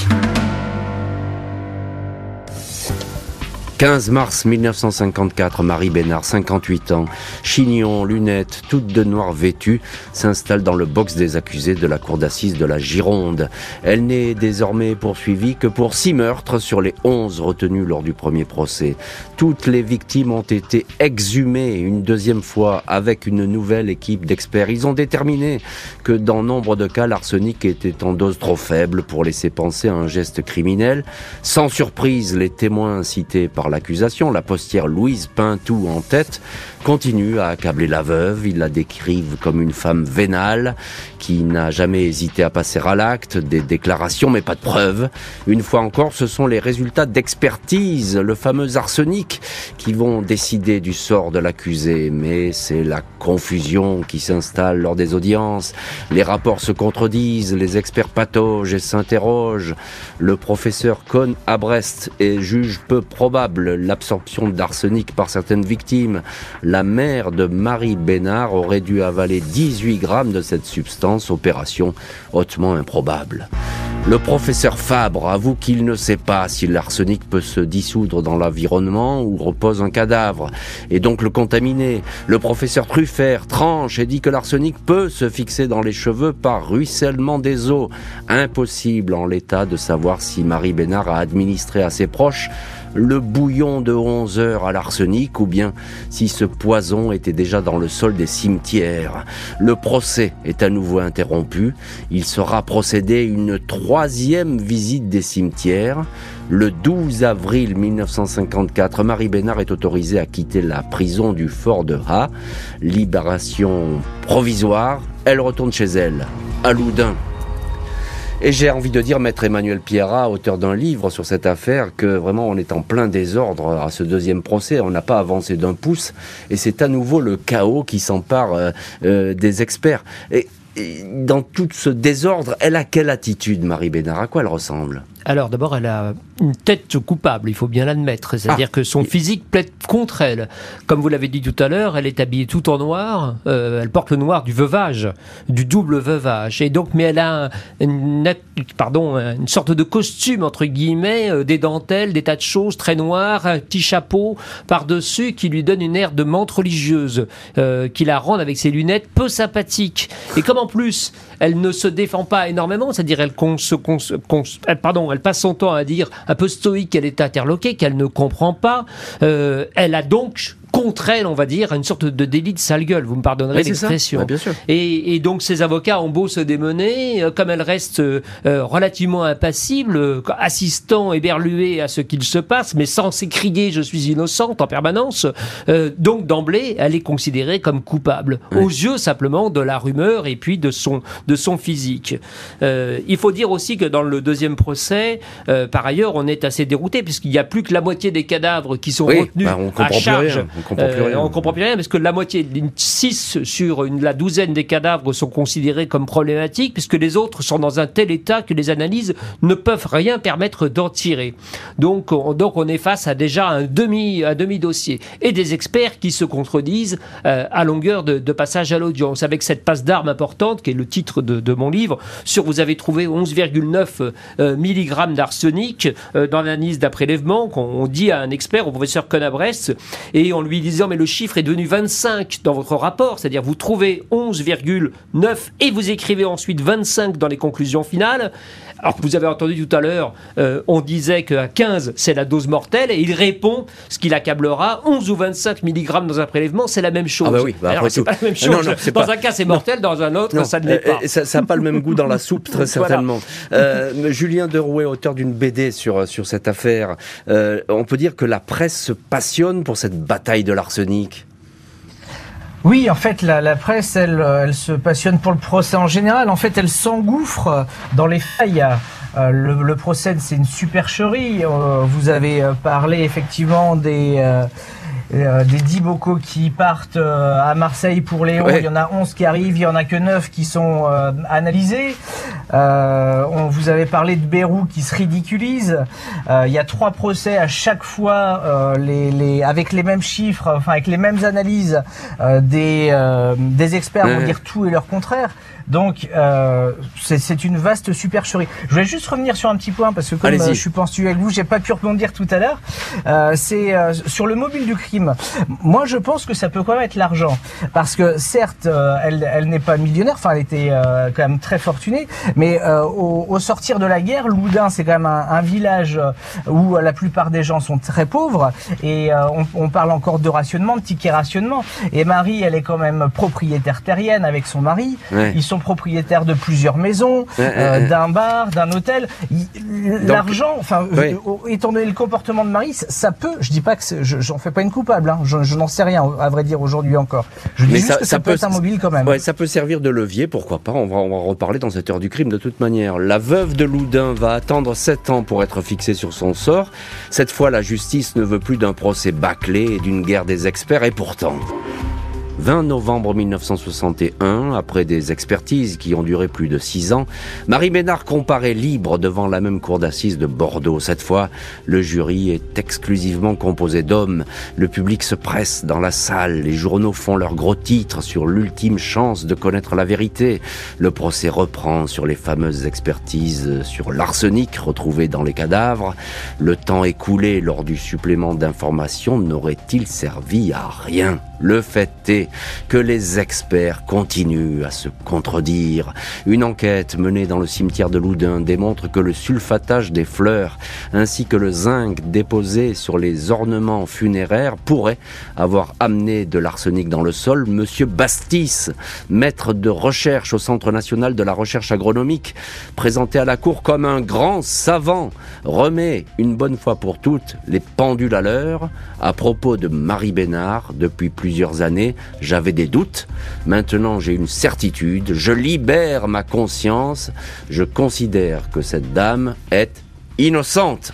[SPEAKER 4] quinze mars mille neuf cent cinquante-quatre, Marie Bénard, cinquante-huit ans, chignon, lunettes, toute de noir vêtue, s'installe dans le box des accusés de la cour d'assises de la Gironde. Elle n'est désormais poursuivie que pour six meurtres sur les onze retenus lors du premier procès. Toutes les victimes ont été exhumées une deuxième fois avec une nouvelle équipe d'experts. Ils ont déterminé que dans nombre de cas, l'arsenic était en dose trop faible pour laisser penser à un geste criminel. Sans surprise, les témoins cités par l'accusation, la postière Louise Pintou en tête, continue à accabler la veuve. Ils la décrivent comme une femme vénale qui n'a jamais hésité à passer à l'acte, des déclarations mais pas de preuves. Une fois encore, ce sont les résultats d'expertise, le fameux arsenic, qui vont décider du sort de l'accusé. Mais c'est la confusion qui s'installe lors des audiences. Les rapports se contredisent, les experts pataugent et s'interrogent. Le professeur Cohn à Brest et juge peu probable l'absorption d'arsenic par certaines victimes. La mère de Marie Bénard aurait dû avaler dix-huit grammes de cette substance, opération hautement improbable. Le professeur Fabre avoue qu'il ne sait pas si l'arsenic peut se dissoudre dans l'environnement où repose un cadavre, et donc le contaminer. Le professeur Truffert tranche et dit que l'arsenic peut se fixer dans les cheveux par ruissellement des eaux. Impossible en l'état de savoir si Marie Bénard a administré à ses proches le bouillon de onze heures à l'arsenic ou bien si ce poison était déjà dans le sol des cimetières. Le procès est à nouveau interrompu. Il sera procédé une troisième visite des cimetières. Le douze avril mille neuf cent cinquante-quatre, Marie Bénard est autorisée à quitter la prison du fort de Ha. Libération provisoire. Elle retourne chez elle, à Loudun. Et j'ai envie de dire, maître Emmanuel Pierrat, auteur d'un livre sur cette affaire, que vraiment on est en plein désordre à ce deuxième procès. On n'a pas avancé d'un pouce et c'est à nouveau le chaos qui s'empare euh, euh, des experts. Et, et dans tout ce désordre, elle a quelle attitude, Marie Bénard? À quoi elle ressemble?
[SPEAKER 6] Alors d'abord, elle a une tête coupable, il faut bien l'admettre. C'est-à-dire ah, que son physique plaide contre elle. Comme vous l'avez dit tout à l'heure, elle est habillée tout en noir. Euh, elle porte le noir du veuvage, du double veuvage. Et donc, mais elle a un, une, pardon, une sorte de costume entre guillemets, euh, des dentelles, des tas de choses très noires, un petit chapeau par-dessus qui lui donne une aire de menthe religieuse, euh, qui la rend avec ses lunettes peu sympathique. Et comme en plus, elle ne se défend pas énormément, c'est-à-dire elle, cons, cons, cons, elle pardon. Elle passe son temps à dire, un peu stoïque, qu'elle est interloquée, qu'elle ne comprend pas. Euh, elle a donc contre elle, on va dire, une sorte de délit de sale gueule. Vous me pardonnerez oui, l'expression.
[SPEAKER 4] Ouais, bien sûr.
[SPEAKER 6] Et, et donc, ses avocats ont beau se démener, euh, comme elle reste euh, relativement impassible, euh, assistant éberlué à ce qu'il se passe, mais sans s'écrier « je suis innocente » en permanence. Euh, donc, d'emblée, elle est considérée comme coupable, oui. aux yeux simplement de la rumeur et puis de son, de son physique. Euh, il faut dire aussi que dans le deuxième procès, euh, par ailleurs, on est assez dérouté, puisqu'il n'y a plus que la moitié des cadavres qui sont
[SPEAKER 4] oui,
[SPEAKER 6] retenus
[SPEAKER 4] bah, on
[SPEAKER 6] à charge
[SPEAKER 4] comprend plus rien.
[SPEAKER 6] Euh, on comprend plus rien parce que la moitié, six sur une, la douzaine des cadavres sont considérés comme problématiques puisque les autres sont dans un tel état que les analyses ne peuvent rien permettre d'en tirer. Donc on, donc on est face à déjà un demi, un demi-dossier et des experts qui se contredisent euh, à longueur de, de passage à l'audience avec cette passe d'armes importante qui est le titre de, de mon livre sur vous avez trouvé onze virgule neuf euh, milligrammes d'arsenic euh, dans l'analyse d'un prélèvement qu'on on dit à un expert, au professeur Conabrès, et en lui disant mais le chiffre est devenu vingt-cinq dans votre rapport, c'est-à-dire vous trouvez onze virgule neuf et vous écrivez ensuite vingt-cinq dans les conclusions finales. Alors que vous avez entendu tout à l'heure, euh, on disait qu'à quinze, c'est la dose mortelle, et il répond, ce qui l'accablera, onze ou vingt-cinq milligrammes dans un prélèvement, c'est la même chose.
[SPEAKER 4] Ah bah oui, bah
[SPEAKER 6] alors c'est
[SPEAKER 4] tout.
[SPEAKER 6] pas la même chose.
[SPEAKER 4] Non, non,
[SPEAKER 6] dans
[SPEAKER 4] pas...
[SPEAKER 6] un cas, c'est mortel, dans un autre,
[SPEAKER 4] non,
[SPEAKER 6] ça ne l'est pas.
[SPEAKER 4] Euh, ça n'a pas le même goût dans la soupe, très certainement. Voilà. Euh, Julien Derouet, auteur d'une B D sur, sur cette affaire, euh, on peut dire que la presse se passionne pour cette bataille de l'arsenic.
[SPEAKER 2] Oui, en fait, la, la presse, elle, elle se passionne pour le procès en général. En fait, elle s'engouffre dans les failles. Euh, le, le procès, c'est une supercherie. Euh, vous avez parlé effectivement des... Euh, Euh, des dix bocaux qui partent euh, à Marseille pour Léon, ouais. Il y en a onze qui arrivent, il y en a que neuf qui sont euh, analysés. Euh, on vous avait parlé de Bérou qui se ridiculise. Euh, il y a trois procès à chaque fois, euh, les, les, avec les mêmes chiffres, enfin avec les mêmes analyses. Euh, des, euh, des experts ouais. vont dire tout et leur contraire. Donc euh, c'est, c'est une vaste supercherie. Je voulais juste revenir sur un petit point parce que comme euh, je suis penstu avec vous, j'ai pas pu rebondir tout à l'heure. Euh, c'est euh, sur le mobile du crime. Moi, je pense que ça peut quand même être l'argent, parce que certes, euh, elle, elle n'est pas millionnaire. Enfin, elle était euh, quand même très fortunée, mais euh, au, au sortir de la guerre, Loudun, c'est quand même un, un village où la plupart des gens sont très pauvres et euh, on, on parle encore de rationnement, de ticket rationnement. Et Marie, elle est quand même propriétaire terrienne avec son mari. Ouais. Ils sont propriétaires de plusieurs maisons, ouais, euh, ouais. d'un bar, d'un hôtel. L'argent, enfin, ouais. euh, étant donné le comportement de Marie, ça peut, je dis pas que je, j'en fais pas une coupable, hein, je, je n'en sais rien, à vrai dire, aujourd'hui encore. Je dis Mais juste ça, que ça, ça peut être un mobile quand même.
[SPEAKER 4] Ouais, ça peut servir de levier, pourquoi pas, on va, on va en reparler dans cette heure du crime de toute manière. La veuve de Loudun va attendre sept ans pour être fixée sur son sort. Cette fois, la justice ne veut plus d'un procès bâclé et d'une guerre des experts, et pourtant... vingt novembre mille neuf cent soixante et un, après des expertises qui ont duré plus de six ans, Marie Bénard comparaît libre devant la même cour d'assises de Bordeaux. Cette fois, le jury est exclusivement composé d'hommes. Le public se presse dans la salle. Les journaux font leurs gros titres sur l'ultime chance de connaître la vérité. Le procès reprend sur les fameuses expertises sur l'arsenic retrouvé dans les cadavres. Le temps écoulé lors du supplément d'information n'aurait-il servi à rien ? Le fait est que les experts continuent à se contredire. Une enquête menée dans le cimetière de Loudun démontre que le sulfatage des fleurs ainsi que le zinc déposé sur les ornements funéraires pourraient avoir amené de l'arsenic dans le sol. Monsieur Bastis, maître de recherche au Centre national de la recherche agronomique, présenté à la cour comme un grand savant, remet une bonne fois pour toutes les pendules à l'heure à propos de Marie Bénard. Depuis plusieurs années, j'avais des doutes. Maintenant, j'ai une certitude. Je libère ma conscience. Je considère que cette dame est innocente.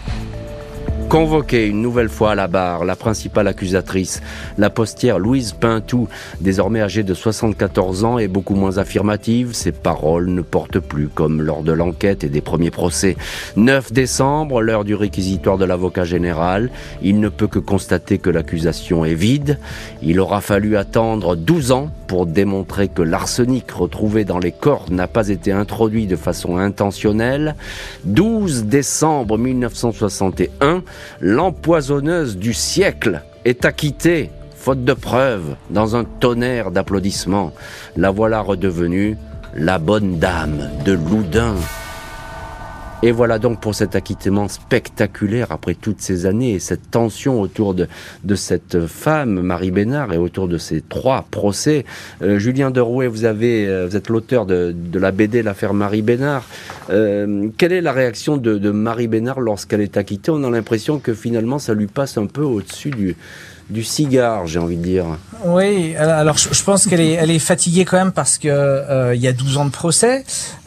[SPEAKER 4] Convoquée une nouvelle fois à la barre, la principale accusatrice, la postière Louise Pintou, désormais âgée de soixante-quatorze ans, est beaucoup moins affirmative. Ses paroles ne portent plus comme lors de l'enquête et des premiers procès. neuf décembre, l'heure du réquisitoire de l'avocat général. Il ne peut que constater que l'accusation est vide. Il aura fallu attendre douze ans pour démontrer que l'arsenic retrouvé dans les corps n'a pas été introduit de façon intentionnelle. douze décembre mille neuf cent soixante et un, l'empoisonneuse du siècle est acquittée, faute de preuves, dans un tonnerre d'applaudissements. La voilà redevenue la bonne dame de Loudun. Et voilà donc pour cet acquittement spectaculaire après toutes ces années et cette tension autour de, de cette femme, Marie Bénard, et autour de ces trois procès. Euh, Julien Derouet, vous, avez, euh, vous êtes l'auteur de, de la B D L'affaire Marie Bénard. Euh, quelle est la réaction de, de Marie Bénard lorsqu'elle est acquittée ? On a l'impression que finalement ça lui passe un peu au-dessus du, du cigare, j'ai envie de dire.
[SPEAKER 2] Oui, alors je, je pense qu'elle est, elle est fatiguée quand même parce que euh, il y a douze ans de procès.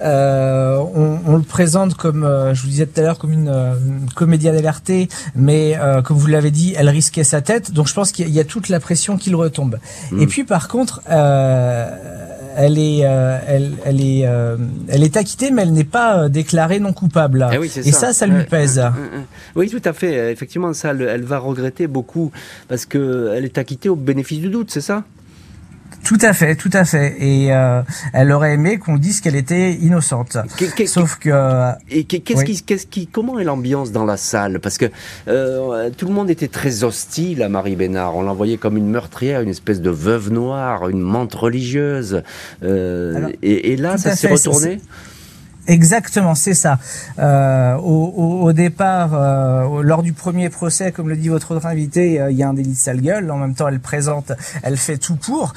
[SPEAKER 2] Euh, on, on le présente comme, euh, je vous disais tout à l'heure, comme une, une comédienne alertée, mais euh, comme vous l'avez dit, elle risquait sa tête. Donc je pense qu'il y a, il y a toute la pression qui le retombe. Mmh. Et puis par contre, euh, elle est, euh, elle, elle est, euh, elle est acquittée, mais elle n'est pas déclarée non coupable.
[SPEAKER 4] Eh oui,
[SPEAKER 2] et ça, ça, ça lui pèse.
[SPEAKER 4] Oui, tout à fait. Effectivement, ça, elle va regretter beaucoup parce que elle est acquittée au bénéfice du doute, c'est ça ?
[SPEAKER 2] Tout à fait, tout à fait. Et euh, elle aurait aimé qu'on dise qu'elle était innocente. Qu'est, qu'est, Sauf que. Euh,
[SPEAKER 4] et qu'est-ce oui. qui, qu'est-ce qui, comment est l'ambiance dans la salle ? Parce que euh, tout le monde était très hostile à Marie Bénard. On la voyait comme une meurtrière, une espèce de veuve noire, une menthe religieuse. Euh, Alors, et, et là, ça s'est fait, retourné. C'est...
[SPEAKER 2] Exactement, c'est ça. Euh, au, au, au départ, euh, lors du premier procès, comme le dit votre autre invité, euh, il y a un délit de sale gueule. En même temps, elle présente, elle fait tout pour.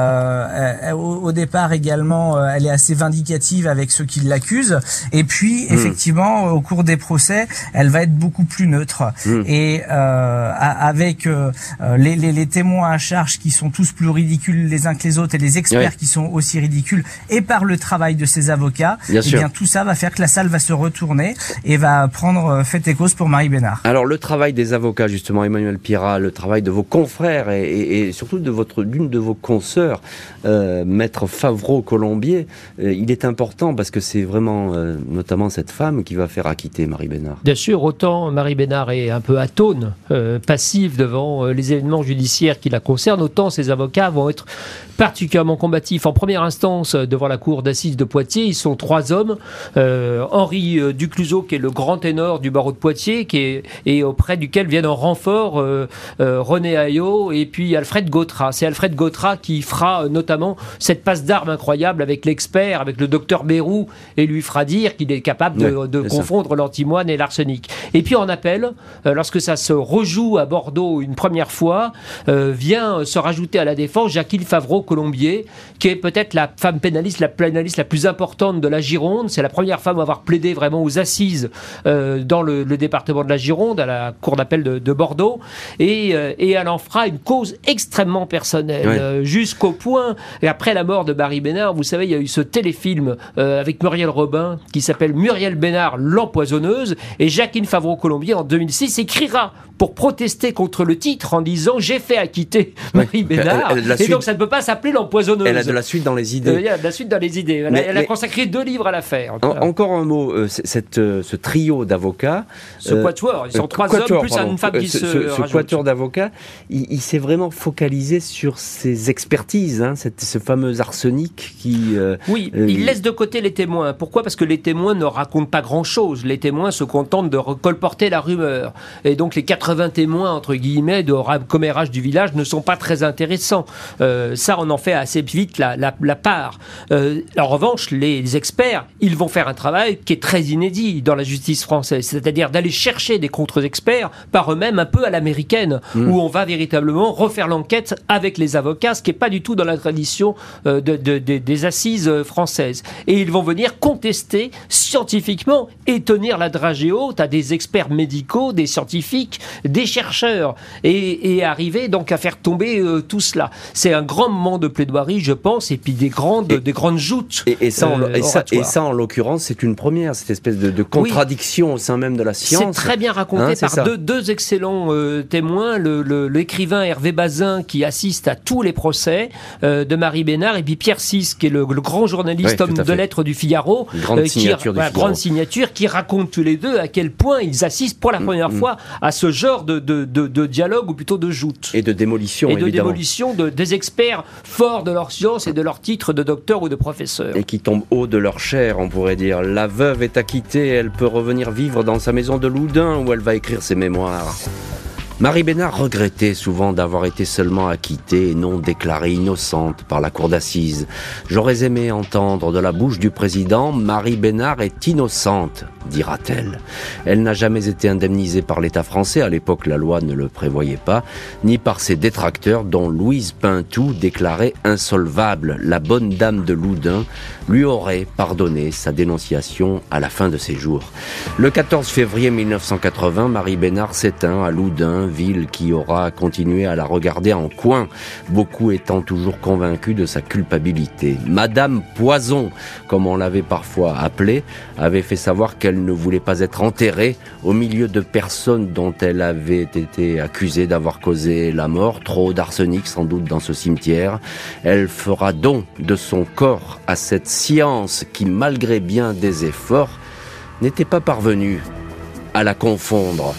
[SPEAKER 2] Euh, elle, au, au départ également, euh, elle est assez vindicative avec ceux qui l'accusent. Et puis, mmh. effectivement, au cours des procès, elle va être beaucoup plus neutre. Mmh. Et euh, avec euh, les, les, les témoins à charge qui sont tous plus ridicules les uns que les autres et les experts ouais. qui sont aussi ridicules, et par le travail de ses avocats, bien sûr. Eh bien, tout ça va faire que la salle va se retourner et va prendre fait et cause pour Marie Bénard.
[SPEAKER 4] Alors le travail des avocats, justement, Emmanuel Pirat, le travail de vos confrères et, et, et surtout de votre, d'une de vos consoeurs, euh, Maître Favreau-Colombier, euh, il est important parce que c'est vraiment euh, notamment cette femme qui va faire acquitter Marie Bénard.
[SPEAKER 6] Bien sûr, autant Marie Bénard est un peu atone, euh, passive devant euh, les événements judiciaires qui la concernent, autant ses avocats vont être particulièrement combatifs. En première instance, devant la cour d'assises de Poitiers, ils sont trois hommes. Euh, Henri euh, Ducluseau, qui est le grand ténor du barreau de Poitiers, qui est, et auprès duquel viennent en renfort euh, euh, René Ayot et puis Alfred Gautrat. C'est Alfred Gautrat qui fera euh, notamment cette passe d'armes incroyable avec l'expert, avec le docteur Bérou, et lui fera dire qu'il est capable de, ouais, de confondre ça. l'antimoine et l'arsenic. Et puis en appel, euh, lorsque ça se rejoue à Bordeaux une première fois, euh, vient se rajouter à la défense Jacqueline Favreau-Colombier, qui est peut-être la femme pénaliste, la pénaliste la plus importante de la Gironde. C'est la première femme à avoir plaidé vraiment aux assises euh, dans le, le département de la Gironde, à la cour d'appel de, de Bordeaux. Et, euh, et elle en fera une cause extrêmement personnelle, ouais. euh, jusqu'au point, et après la mort de Marie Bénard, vous savez, il y a eu ce téléfilm euh, avec Muriel Robin qui s'appelle Muriel Bénard, l'empoisonneuse, et Jacqueline Favreau-Colombier en deux mille six écrira pour protester contre le titre en disant « J'ai fait acquitter Marie oui. Bénard ». Et suite... donc ça ne peut pas s'appeler l'empoisonneuse.
[SPEAKER 4] Elle a de la suite dans les idées.
[SPEAKER 6] Euh, il y a de la suite dans les idées. Elle, mais, a, elle mais... a consacré deux livres à l'affaire.
[SPEAKER 4] En, encore un mot, euh, cette, euh, ce trio d'avocats...
[SPEAKER 6] Ce euh, quatuor, ils sont euh, trois quatuor, hommes plus pardon, une femme qui euh, se Ce,
[SPEAKER 4] ce quatuor d'avocats, il, il s'est vraiment focalisé sur ses expertises, hein, cette, ce fameux arsenic qui... Euh,
[SPEAKER 6] oui, euh, il laisse de côté les témoins. Pourquoi ? Parce que les témoins ne racontent pas grand-chose. Les témoins se contentent de colporter la rumeur. Et donc les quatre-vingts témoins, entre guillemets, de commérage du village ne sont pas très intéressants. Euh, ça, on en fait assez vite la, la, la part. Euh, en revanche, les experts, ils vont faire un travail qui est très inédit dans la justice française, c'est-à-dire d'aller chercher des contre-experts par eux-mêmes, un peu à l'américaine, mmh. où on va véritablement refaire l'enquête avec les avocats, ce qui n'est pas du tout dans la tradition euh, de, de, de, des assises françaises. Et ils vont venir contester scientifiquement et tenir la dragée haute à des experts médicaux, des scientifiques, des chercheurs, et, et arriver donc à faire tomber euh, tout cela. C'est un grand moment de plaidoirie, je pense, et puis des grandes, et, des grandes joutes.
[SPEAKER 4] Et, et, ça, en, euh, et, ça, et ça, en l'occurrence, c'est une première, cette espèce de, de contradiction oui. au sein même de la science.
[SPEAKER 6] C'est très bien raconté hein, par deux, deux excellents euh, témoins, le, le, l'écrivain Hervé Bazin, qui assiste à tous les procès euh, de Marie Bénard, et puis Pierre Six, qui est le, le grand journaliste, oui, homme de lettres du Figaro,
[SPEAKER 4] grande, euh, signature,
[SPEAKER 6] qui,
[SPEAKER 4] du
[SPEAKER 6] bah,
[SPEAKER 4] Figaro.
[SPEAKER 6] grande signature, qui raconte tous les deux à quel point ils assistent pour la première mmh, fois à ce genre de, de, de, de dialogue, ou plutôt de joute.
[SPEAKER 4] Et de démolition,
[SPEAKER 6] Et de
[SPEAKER 4] évidemment.
[SPEAKER 6] démolition de, des experts forts de leur science et de leur titre de docteur ou de professeur.
[SPEAKER 4] Et qui tombent haut de leur chair, on pourrait dire. La veuve est acquittée, elle peut revenir vivre dans sa maison de Loudun où elle va écrire ses mémoires. Marie Bénard regrettait souvent d'avoir été seulement acquittée et non déclarée innocente par la cour d'assises. J'aurais aimé entendre de la bouche du président « Marie Bénard est innocente », dira-t-elle. Elle n'a jamais été indemnisée par l'État français, à l'époque la loi ne le prévoyait pas, ni par ses détracteurs dont Louise Pintou, déclarée insolvable. La bonne dame de Loudun lui aurait pardonné sa dénonciation à la fin de ses jours. Le quatorze février mille neuf cent quatre-vingts, Marie Bénard s'éteint à Loudun, ville qui aura continué à la regarder en coin, beaucoup étant toujours convaincus de sa culpabilité. Madame Poison, comme on l'avait parfois appelée, avait fait savoir qu'elle ne voulait pas être enterrée au milieu de personnes dont elle avait été accusée d'avoir causé la mort, trop d'arsenic sans doute dans ce cimetière. Elle fera don de son corps à cette science qui, malgré bien des efforts, n'était pas parvenue à la confondre.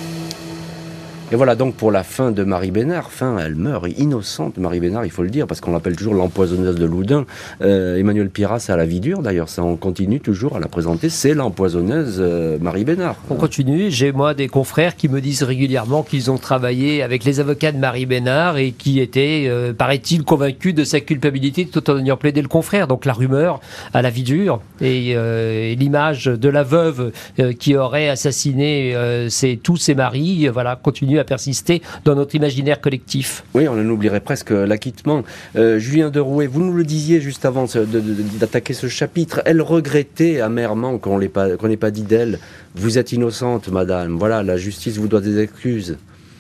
[SPEAKER 4] Et voilà donc pour la fin de Marie Bénard. Fin, elle meurt innocente, Marie Bénard, il faut le dire, parce qu'on l'appelle toujours l'empoisonneuse de Loudun. Euh, Emmanuel Piras a la vie dure, d'ailleurs, ça on continue toujours à la présenter, c'est l'empoisonneuse euh, Marie Bénard.
[SPEAKER 6] On continue, j'ai moi des confrères qui me disent régulièrement qu'ils ont travaillé avec les avocats de Marie Bénard et qui étaient, euh, paraît-il, convaincus de sa culpabilité tout en ayant plaidé le confrère. Donc la rumeur a la vie dure et, euh, et l'image de la veuve euh, qui aurait assassiné euh, ses, tous ses maris, euh, voilà, continue à persister dans notre imaginaire collectif.
[SPEAKER 4] Oui, on en oublierait presque l'acquittement. Euh, Julien Derouet, vous nous le disiez juste avant de, de, de, d'attaquer ce chapitre, elle regrettait amèrement qu'on n'ait pas, qu'on n'ait pas dit d'elle « Vous êtes innocente, madame, voilà, la justice vous doit des excuses ».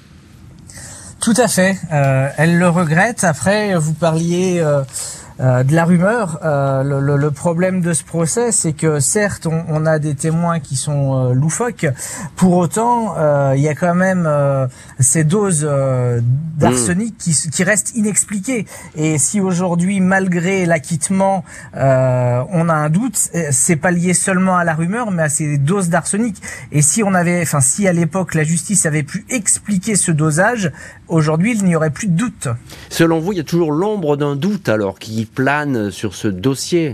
[SPEAKER 2] Tout à fait, euh, elle le regrette. Après, vous parliez... Euh Euh, de la rumeur. Euh, le, le, le problème de ce procès, c'est que certes, on, on a des témoins qui sont euh, loufoques. Pour autant, euh, il y a quand même euh, ces doses euh, d'arsenic mmh. qui, qui restent inexpliquées. Et si aujourd'hui, malgré l'acquittement, euh, on a un doute, c'est pas lié seulement à la rumeur, mais à ces doses d'arsenic. Et si on avait, enfin, si à l'époque la justice avait pu expliquer ce dosage, aujourd'hui, il n'y aurait plus de doute.
[SPEAKER 4] Selon vous, il y a toujours l'ombre d'un doute alors qui plane sur ce dossier.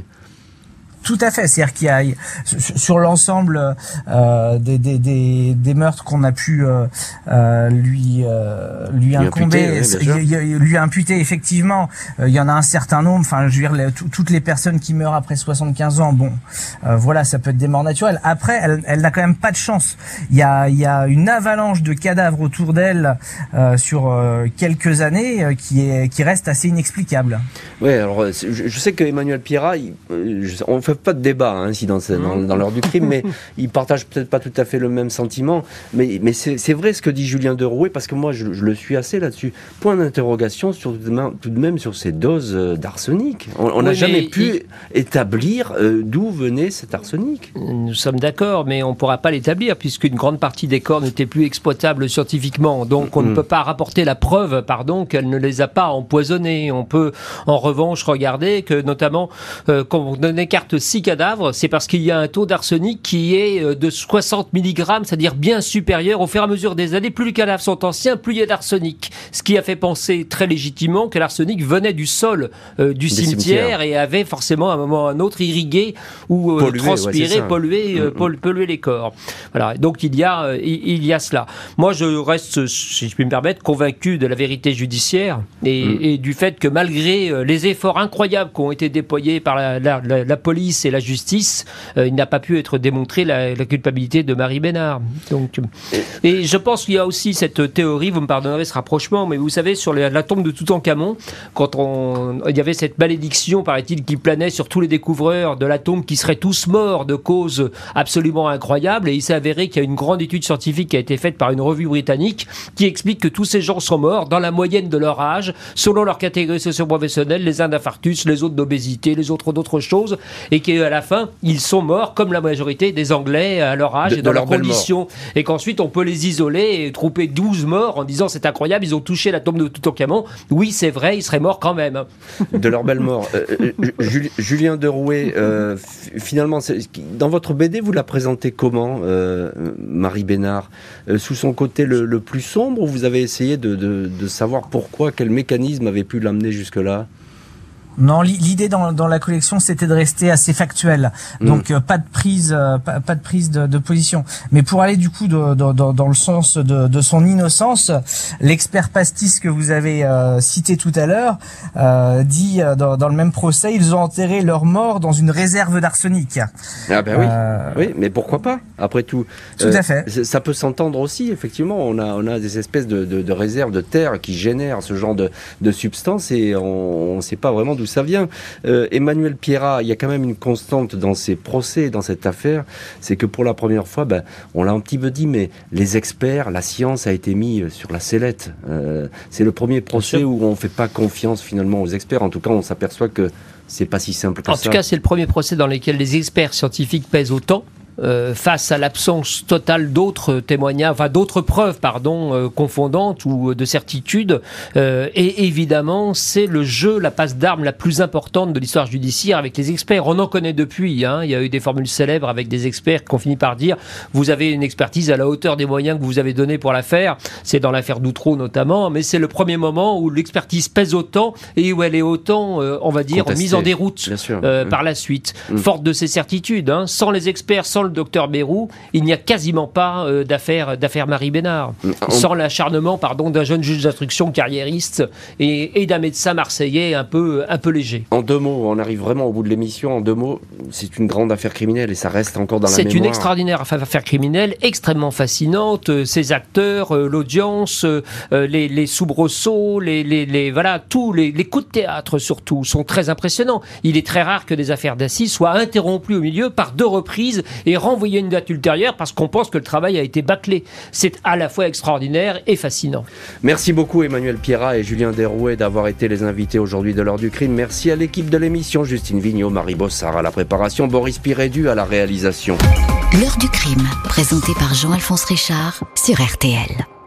[SPEAKER 2] Tout à fait, c'est-à-dire qu'il y a sur l'ensemble euh, des, des, des, des meurtres qu'on a pu euh, euh, lui euh, lui, lui incomber, imputer, oui, lui imputer effectivement, euh, il y en a un certain nombre. Enfin, je veux dire, les, toutes les personnes qui meurent après soixante-quinze ans, bon, euh, voilà, ça peut être des morts naturelles. Après, elle, elle n'a quand même pas de chance. Il y a il y a une avalanche de cadavres autour d'elle euh, sur euh, quelques années euh, qui est qui reste assez inexplicable.
[SPEAKER 4] Oui, alors je, je sais que Emmanuel Piras, il, on fait pas de débat hein, ici dans, dans, dans l'heure du crime, mais il partage peut-être pas tout à fait le même sentiment. Mais, mais c'est, c'est vrai ce que dit Julien Derouet, parce que moi je, je le suis assez là-dessus. Point d'interrogation sur, tout de même sur ces doses d'arsenic. On n'a oui, jamais pu il... établir euh, d'où venait cet arsenic.
[SPEAKER 6] Nous sommes d'accord, mais on ne pourra pas l'établir puisqu'une grande partie des corps n'était plus exploitable scientifiquement. Donc on mmh. ne peut pas rapporter la preuve, pardon, qu'elle ne les a pas empoisonnés. On peut en revanche regarder que notamment euh, quand on écarte six cadavres, c'est parce qu'il y a un taux d'arsenic qui est de soixante milligrammes, c'est-à-dire bien supérieur au fur et à mesure des années. Plus les cadavres sont anciens, plus il y a d'arsenic. Ce qui a fait penser très légitimement que l'arsenic venait du sol euh, du cimetière et avait forcément à un moment ou à un autre irrigué ou euh, pollué, transpiré, ouais, pollué, euh, mm-hmm. pollué les corps. Voilà. Donc il y a, euh, il y a cela. Moi, je reste, si je puis me permettre, convaincu de la vérité judiciaire et, mm. et du fait que malgré euh, les efforts incroyables qui ont été déployés par la, la, la, la police et la justice, euh, il n'a pas pu être démontré la, la culpabilité de Marie Bénard. Donc, et je pense qu'il y a aussi cette théorie, vous me pardonnerez ce rapprochement, mais vous savez, sur la, la tombe de Toutankhamon, quand on, il y avait cette malédiction, paraît-il, qui planait sur tous les découvreurs de la tombe qui seraient tous morts de causes absolument incroyables, et il s'est avéré qu'il y a une grande étude scientifique qui a été faite par une revue britannique qui explique que tous ces gens sont morts dans la moyenne de leur âge, selon leur catégorie socio-professionnelle, les uns d'infarctus, les autres d'obésité, les autres d'autres choses, et qu'à la fin, ils sont morts comme la majorité des Anglais à leur âge de, et dans leurs conditions. Et qu'ensuite, on peut les isoler et trouver douze morts en disant c'est incroyable, ils ont touché la tombe de Toutankhamon. Oui, c'est vrai, ils seraient morts quand même.
[SPEAKER 4] De leur belle mort. Euh, Jul- Julien Derouet, euh, finalement, dans votre B D, vous la présentez comment, euh, Marie Bénard euh, sous son côté le, le plus sombre, ou vous avez essayé de, de, de savoir pourquoi, quel mécanisme avait pu l'amener jusque-là ?
[SPEAKER 2] Non, l'idée dans, dans la collection, c'était de rester assez factuel, donc mmh. euh, pas de prise, euh, pas, pas de prise de, de position. Mais pour aller du coup de, de, de, dans le sens de, de son innocence, l'expert Pastis que vous avez euh, cité tout à l'heure euh, dit euh, dans, dans le même procès, ils ont enterré leur mort dans une réserve d'arsenic.
[SPEAKER 4] Ah ben oui, euh... oui, mais pourquoi pas ? Après tout,
[SPEAKER 2] tout euh, à fait.
[SPEAKER 4] Ça peut s'entendre aussi. Effectivement, on a on a des espèces de, de, de réserves de terre qui génèrent ce genre de, de substances et on ne sait pas vraiment d'où d'où ça vient. Euh, Emmanuel Pierrat, il y a quand même une constante dans ces procès, dans cette affaire, c'est que pour la première fois, ben, on l'a un petit peu dit, mais les experts, la science a été mis sur la sellette. Euh, c'est le premier procès où on ne fait pas confiance finalement aux experts. En tout cas, on s'aperçoit que c'est pas si simple que ça.
[SPEAKER 6] En tout cas, c'est le premier procès dans lequel les experts scientifiques pèsent autant. Euh, face à l'absence totale d'autres témoignages, enfin d'autres preuves, pardon, euh, confondantes ou de certitudes. Euh, et évidemment, c'est le jeu, la passe d'armes la plus importante de l'histoire judiciaire avec les experts. On en connaît depuis. Hein. Il y a eu des formules célèbres avec des experts qui ont fini par dire vous avez une expertise à la hauteur des moyens que vous avez donnés pour la faire. C'est dans l'affaire Doutreau notamment, mais c'est le premier moment où l'expertise pèse autant et où elle est autant, euh, on va dire, Contesté. mise en déroute euh, mmh. par la suite, mmh. forte de ses certitudes. Hein. Sans les experts, sans le docteur Bayrou, il n'y a quasiment pas euh, d'affaire, d'affaire Marie Bénard. On... Sans l'acharnement, pardon, d'un jeune juge d'instruction carriériste et, et d'un médecin marseillais un peu, un peu léger.
[SPEAKER 4] En deux mots, on arrive vraiment au bout de l'émission. En deux mots, c'est une grande affaire criminelle et ça reste encore dans la
[SPEAKER 6] c'est
[SPEAKER 4] mémoire.
[SPEAKER 6] C'est une extraordinaire affaire criminelle, extrêmement fascinante. Ses acteurs, euh, l'audience, euh, les, les soubresauts, les, les, les, voilà, tous les, les coups de théâtre surtout sont très impressionnants. Il est très rare que des affaires d'assises soient interrompues au milieu par deux reprises et renvoyer une date ultérieure parce qu'on pense que le travail a été bâclé. C'est à la fois extraordinaire et fascinant.
[SPEAKER 4] Merci beaucoup Emmanuel Pierrat et Julien Derouet d'avoir été les invités aujourd'hui de l'heure du crime. Merci à l'équipe de l'émission, Justine Vignot, Marie Bossard à la préparation, Boris Pirédu à la réalisation.
[SPEAKER 1] L'heure du crime, présentée par Jean-Alphonse Richard sur R T L.